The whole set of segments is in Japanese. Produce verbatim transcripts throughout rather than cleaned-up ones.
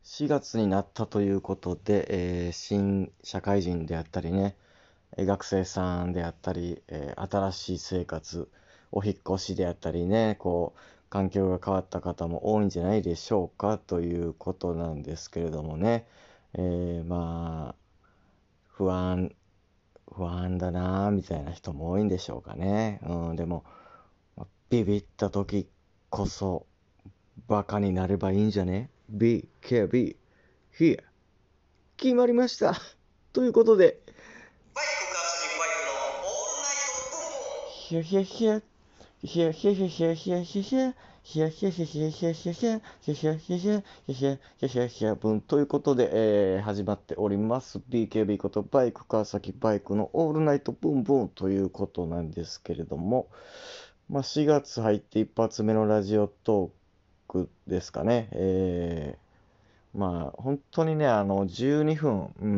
しがつになったということで、えー新社会人であったりね、えー学生さんであったり、えー新しい生活、お引っ越しであったりね、こう、環境が変わった方も多いんじゃないでしょうかということなんですけれどもね、えーまあ、不安、不安だなぁみたいな人も多いんでしょうかね。うん、でも、ビビった時こそバカになればいいんじゃね？ ?ビーケービー、Here 決まりました。ということで、バイク川崎バイクのオールナイトボンボン。ヒャヒャヒャ、ヒャヒャヒャヒャヒャヒャヒャ、ヒャヒャヒャヒャヒャヒャヒャ、ヒャヒャヒャヒャヒャヒャヒャヒャヒャ分ということで、えー始まっております。ビーケービー ことバイク川崎バイクのオールナイトボンボンということなんですけれども、まあ、しがつ入って一発目のラジオトークですかね。えーまあ、本当にね、あの、じゅうにふん、うん、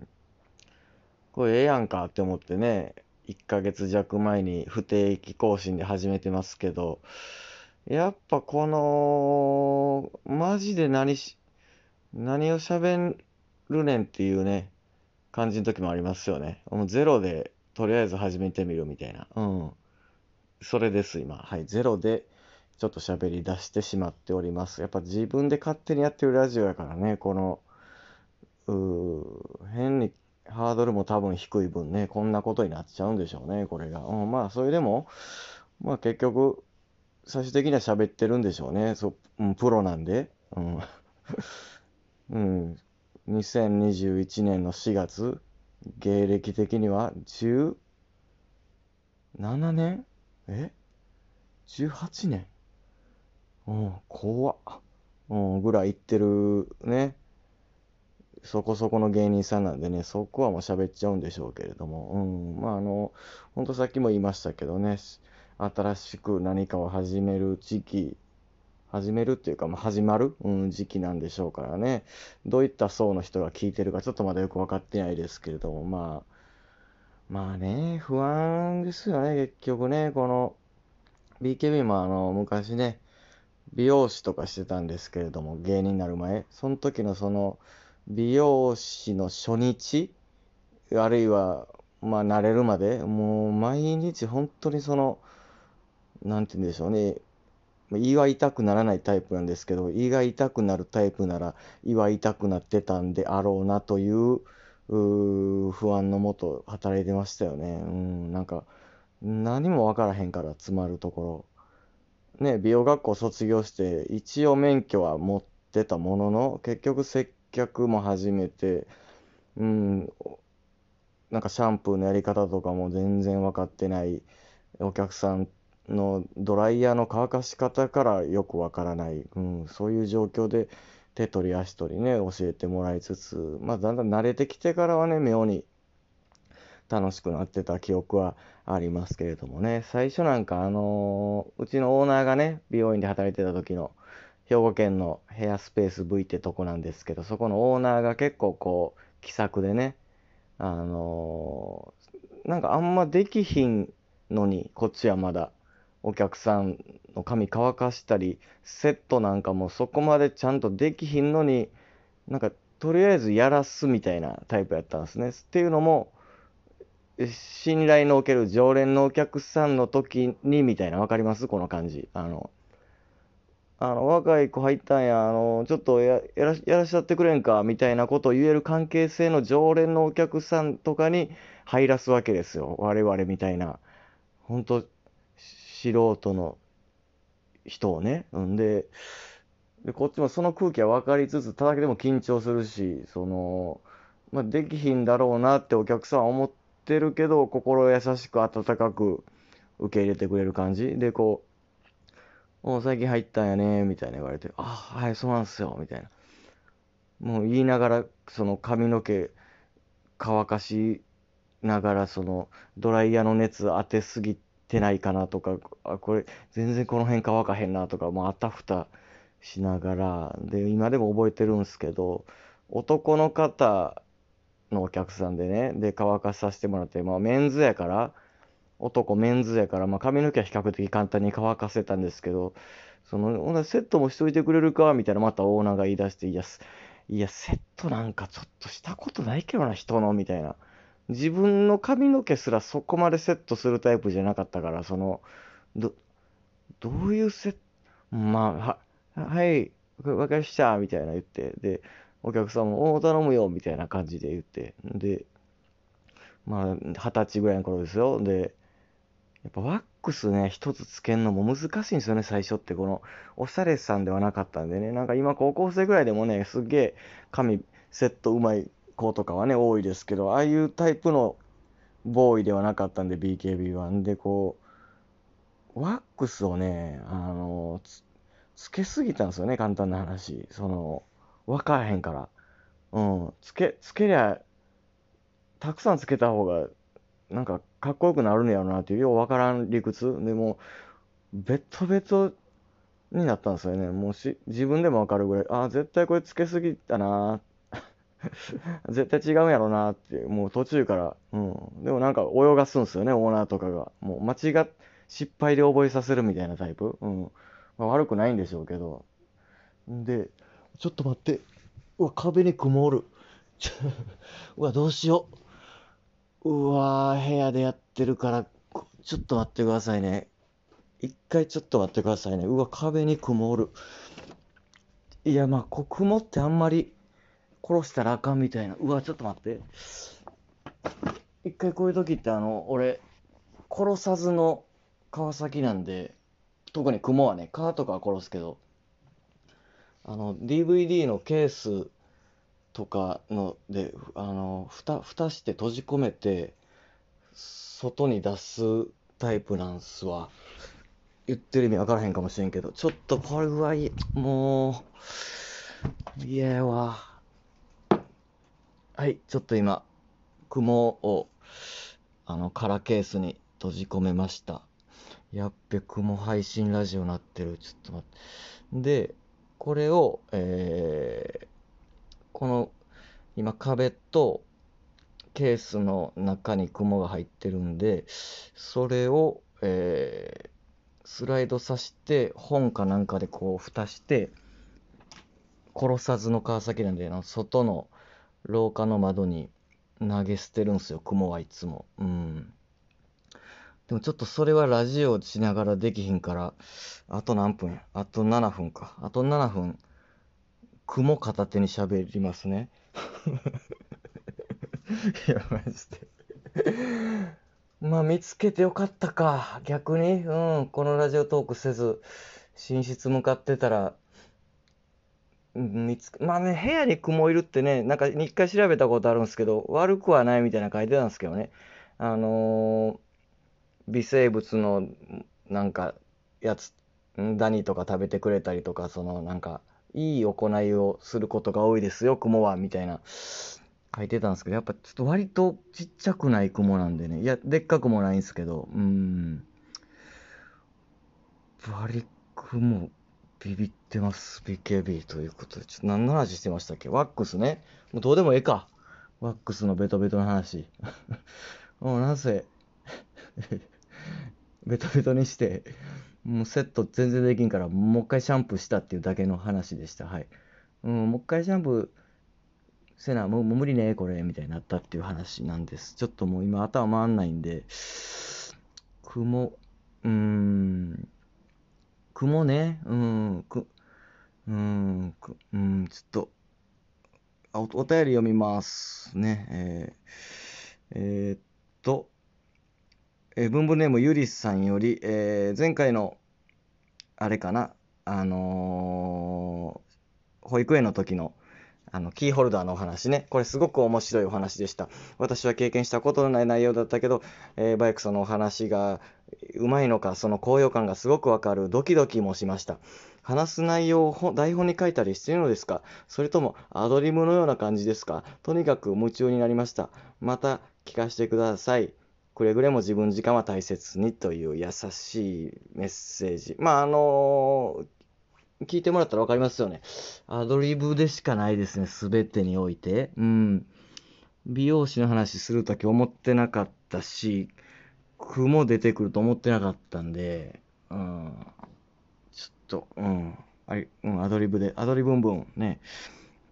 これええやんかって思ってね、いっかげつ弱前に不定期更新で始めてますけど、やっぱこの、マジで何し、何を喋るねんっていうね、感じの時もありますよね。もうゼロで、とりあえず始めてみるみたいな。うん。それです、今。はい。ゼロで、ちょっと喋り出してしまっております。やっぱ自分で勝手にやってるラジオやからね、この、うー変にハードルも多分低い分ね、こんなことになっちゃうんでしょうね、これが。うん、まあ、それでも、まあ結局、最終的には喋ってるんでしょうね。そう、うん、プロなんで。うん。うん。にせんにじゅういちねんのしがつ、芸歴的にはじゅうななねんえ ?じゅうはち 年うん、怖っ。うん、ぐらい行ってるね。そこそこの芸人さんなんでね、そこはもう喋っちゃうんでしょうけれども、うん、まああの、ほんとさっきも言いましたけどね、新しく何かを始める時期、始めるっていうか、まあ、始まる、うん、時期なんでしょうからね、どういった層の人が聞いてるかちょっとまだよく分かってないですけれども、まあ、まあね、不安ですよね、結局ね、この ビーケービー もあの、昔ね、美容師とかしてたんですけれども、芸人になる前、その時のその、美容師の初日、あるいは、まあ、慣れるまで、もう、毎日、本当にその、なんて言うんでしょうね、胃は痛くならないタイプなんですけど、胃が痛くなるタイプなら、胃は痛くなってたんであろうなという、うー不安のもと働いてましたよね。うん、なんか、何もわからへんから詰まるところ。ね、美容学校卒業して、一応免許は持ってたものの、結局接客も始めて、うん、なんかシャンプーのやり方とかも全然分かってない、お客さんのドライヤーの乾かし方からよく分からない、うん、そういう状況で手取り足取りね、教えてもらいつつ、まあだんだん慣れてきてからはね、妙に楽しくなってた記憶はありますけれどもね、最初なんかあのーうちのオーナーがね、美容院で働いてた時の兵庫県のヘアスペース V ってとこなんですけど、そこのオーナーが結構こう、気さくでね、あのーなんかあんまできひんのに、こっちはまだお客さんの髪乾かしたり、セットなんかもそこまでちゃんとできひんのに、なんかとりあえずやらすみたいなタイプやったんですね。っていうのも、信頼のおける常連のお客さんの時にみたいな、わかりますこの感じ。あの、あの、若い子入ったんや、あの、ちょっとや、やらし、やらしちゃってくれんか、みたいなことを言える関係性の常連のお客さんとかに入らすわけですよ。我々みたいな。ほんと、素人の人をね。んで、で、こっちもその空気は分かりつつ、ただけでも緊張するし、その、まあ、できひんだろうなってお客さんは思ってるけど、心優しく温かく受け入れてくれる感じで、こう、もう最近入ったんやね、みたいな言われて、あ、はい、そうなんすよ、みたいな。もう言いながら、その髪の毛乾かしながら、そのドライヤーの熱当てすぎてないかなとか、あ、これ全然この辺乾かへんなとか、もうあたふたしながら、で、今でも覚えてるんですけど、男の方のお客さんでね、で、乾かさせてもらって、まあメンズやから、男メンズやから、まあ髪の毛は比較的簡単に乾かせたんですけど、その、ほなセットもしといてくれるかみたいな、またオーナーが言い出して、いや、 いや、セットなんかちょっとしたことないけどな、人の、みたいな。自分の髪の毛すらそこまでセットするタイプじゃなかったから、その、ど、どういうセット、まあ、は、はい、わわかりました、みたいな言って、で、お客さんも、お頼むよ、みたいな感じで言って、で、まあ、二十歳ぐらいの頃ですよ。で、やっぱワックスね、一つつけるのも難しいんですよね、最初って。この、おしゃれさんではなかったんでね。なんか今、高校生ぐらいでもね、すっげえ髪セットうまい子とかはね、多いですけど、ああいうタイプのボーイではなかったんで、ビーケービー は。んで、こう、ワックスをね、あの、つ、つけすぎたんですよね、簡単な話。その、わからへんから。うん、つけ、つけりゃ、たくさんつけた方が、なんか、かっこよくなるんやろなっていう、ようわからん理屈。でも、ベトベトになったんですよね。もうし、自分でもわかるぐらい、あー、絶対これつけすぎたなー、絶対違うんやろなーって、もう途中から、うん。でもなんか泳がすんですよね、オーナーとかが。もう間違っ、失敗で覚えさせるみたいなタイプ。うん。まあ、悪くないんでしょうけど。んで、ちょっと待って。うわ、壁に雲おる。ちょうわ、どうしよう。うわー、部屋でやってるから、こちょっと待ってくださいね。一回ちょっと待ってくださいね。うわ、壁に雲おる。いや、まあ、こ雲ってあんまり殺したらあかんみたいな。うわ、ちょっと待って。一回こういう時って、あの、俺、殺さずの川崎なんで、特に雲はね、蚊とかは殺すけど、あの、ディーブイディー のケースとかので、あの、蓋、蓋して閉じ込めて、外に出すタイプなんすわ。言ってる意味わからへんかもしれんけど、ちょっとこれはいい、もう、いやわ。はい、ちょっと今、雲を、あの、空ケースに閉じ込めました。やっべ、雲配信ラジオなってる。ちょっと待って。で、これを、えーこの、今壁とケースの中に雲が入ってるんで、それを、えースライドさして、本かなんかでこう蓋して、殺さずの川崎なんで、あの外の廊下の窓に投げ捨てるんすよ、雲はいつも。うん。でもちょっとそれはラジオしながらできひんから、あと何分やあとななふんか。あとななふん、雲片手に喋りますね。いや、マジで。まあ、見つけてよかったか。逆に、うん、このラジオトークせず、寝室向かってたら、うん見つけ、まあね、部屋に雲いるってね、なんか一回調べたことあるんですけど、悪くはないみたいな書いてたんですけどね。あのー微生物のなんかやつ、んダニとか食べてくれたりとか、そのなんかいい行いをすることが多いですよ、雲は、みたいな書いてたんですけど、やっぱちょっと割とちっちゃくない雲なんでね、いや、でっかくもないんですけど、うーん、バリ雲、ビビってます、ビーケービー ということで、ちょっと何の話してましたっけ？ワックスね。もうどうでもええか。ワックスのベトベトの話。もうなぜベトベトにして、もうセット全然できんから、もう一回シャンプーしたっていうだけの話でした。はい。うん、もう一回シャンプーせな、もう、もう無理ね、これ、みたいになったっていう話なんです。ちょっともう今頭回んないんで、雲、うーん、雲ね、うん、く、うーん、く、うん、ちょっと、あお、お便り読みますね。えー、えーっと、えー、文文ネームゆりさんより、えー前回のあれかな、あのー保育園の時の、あの、キーホルダーのお話ね。これすごく面白いお話でした。私は経験したことのない内容だったけど、えーバイクさんのお話がうまいのか、その高揚感がすごくわかる。ドキドキもしました。話す内容をほ台本に書いたりしているのですか？それともアドリブのような感じですか？とにかく夢中になりました。また聞かせてください。くれぐれも自分時間は大切にという優しいメッセージ。まあ、あのー聞いてもらったらわかりますよね。アドリブでしかないですね、すべてにおいて。うん。美容師の話するとき思ってなかったし、句も出てくると思ってなかったんで、うん。ちょっと、うん。あり、うん、アドリブで、アドリブンブンね。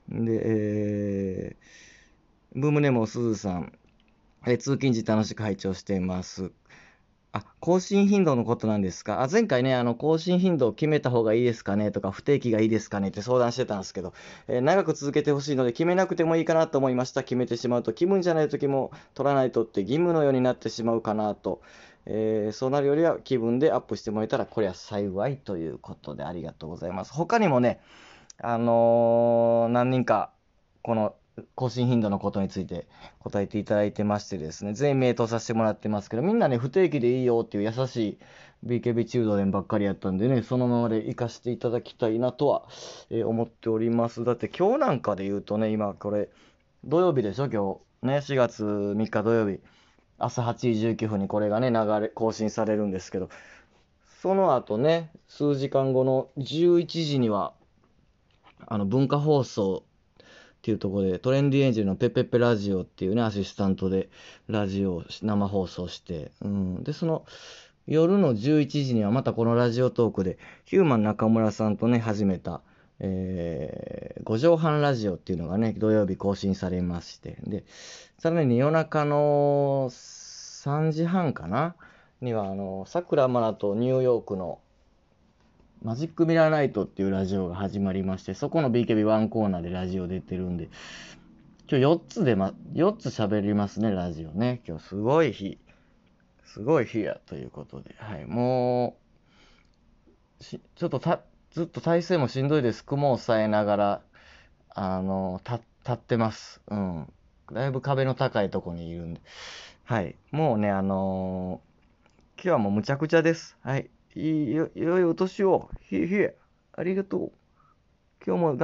で、えー、ブームネモすずさん、えー通勤時楽しく拝聴しています。あ、更新頻度のことなんですか。あ、前回ね、あの、更新頻度を決めた方がいいですかねとか、不定期がいいですかねって相談してたんですけど、えー長く続けてほしいので、決めなくてもいいかなと思いました。決めてしまうと、気分じゃない時も取らないとって義務のようになってしまうかなと。えーそうなるよりは気分でアップしてもらえたら、これは幸いということでありがとうございます。他にもね、あのー何人か、この更新頻度のことについて答えていただいてましてですね、全員名答させてもらってますけど、みんなね、不定期でいいよっていう優しい ビーケービー 中道伝ばっかりやったんでね、そのままで活かしていただきたいなとは、えー思っております。だって今日なんかで言うとね、今これ、土曜日でしょ、今日。ね、しがつみっか土曜日。朝はちじじゅうきゅうふんにこれがね、流れ、更新されるんですけど、その後ね、数時間後のじゅういちじには、あの文化放送っていうところで、トレンディエンジェルのペッペッペラジオっていうね、アシスタントでラジオを生放送して、うん、で、その夜のじゅういちじにはまたこのラジオトークで、ヒューマン中村さんとね、始めた、えー、ご畳半ラジオっていうのがね、土曜日更新されまして、で、さらに夜中のさんじはんかなには、あの、さくらまなとニューヨークのマジックミラーナイトっていうラジオが始まりまして、そこの ビーケービーワン コーナーでラジオ出てるんで、今日よっつでま、よっつ喋りますね、ラジオね。今日すごい日、すごい日やということで、はい、もう、しちょっとた、ずっと体勢もしんどいです。雲を抑えながら、あの、た、立ってます。うん。だいぶ壁の高いとこにいるんで。はい。もうね、あのー今日はもうむちゃくちゃです。はい。いいよ、良いお年を。ひえひえ。ありがとう。今日も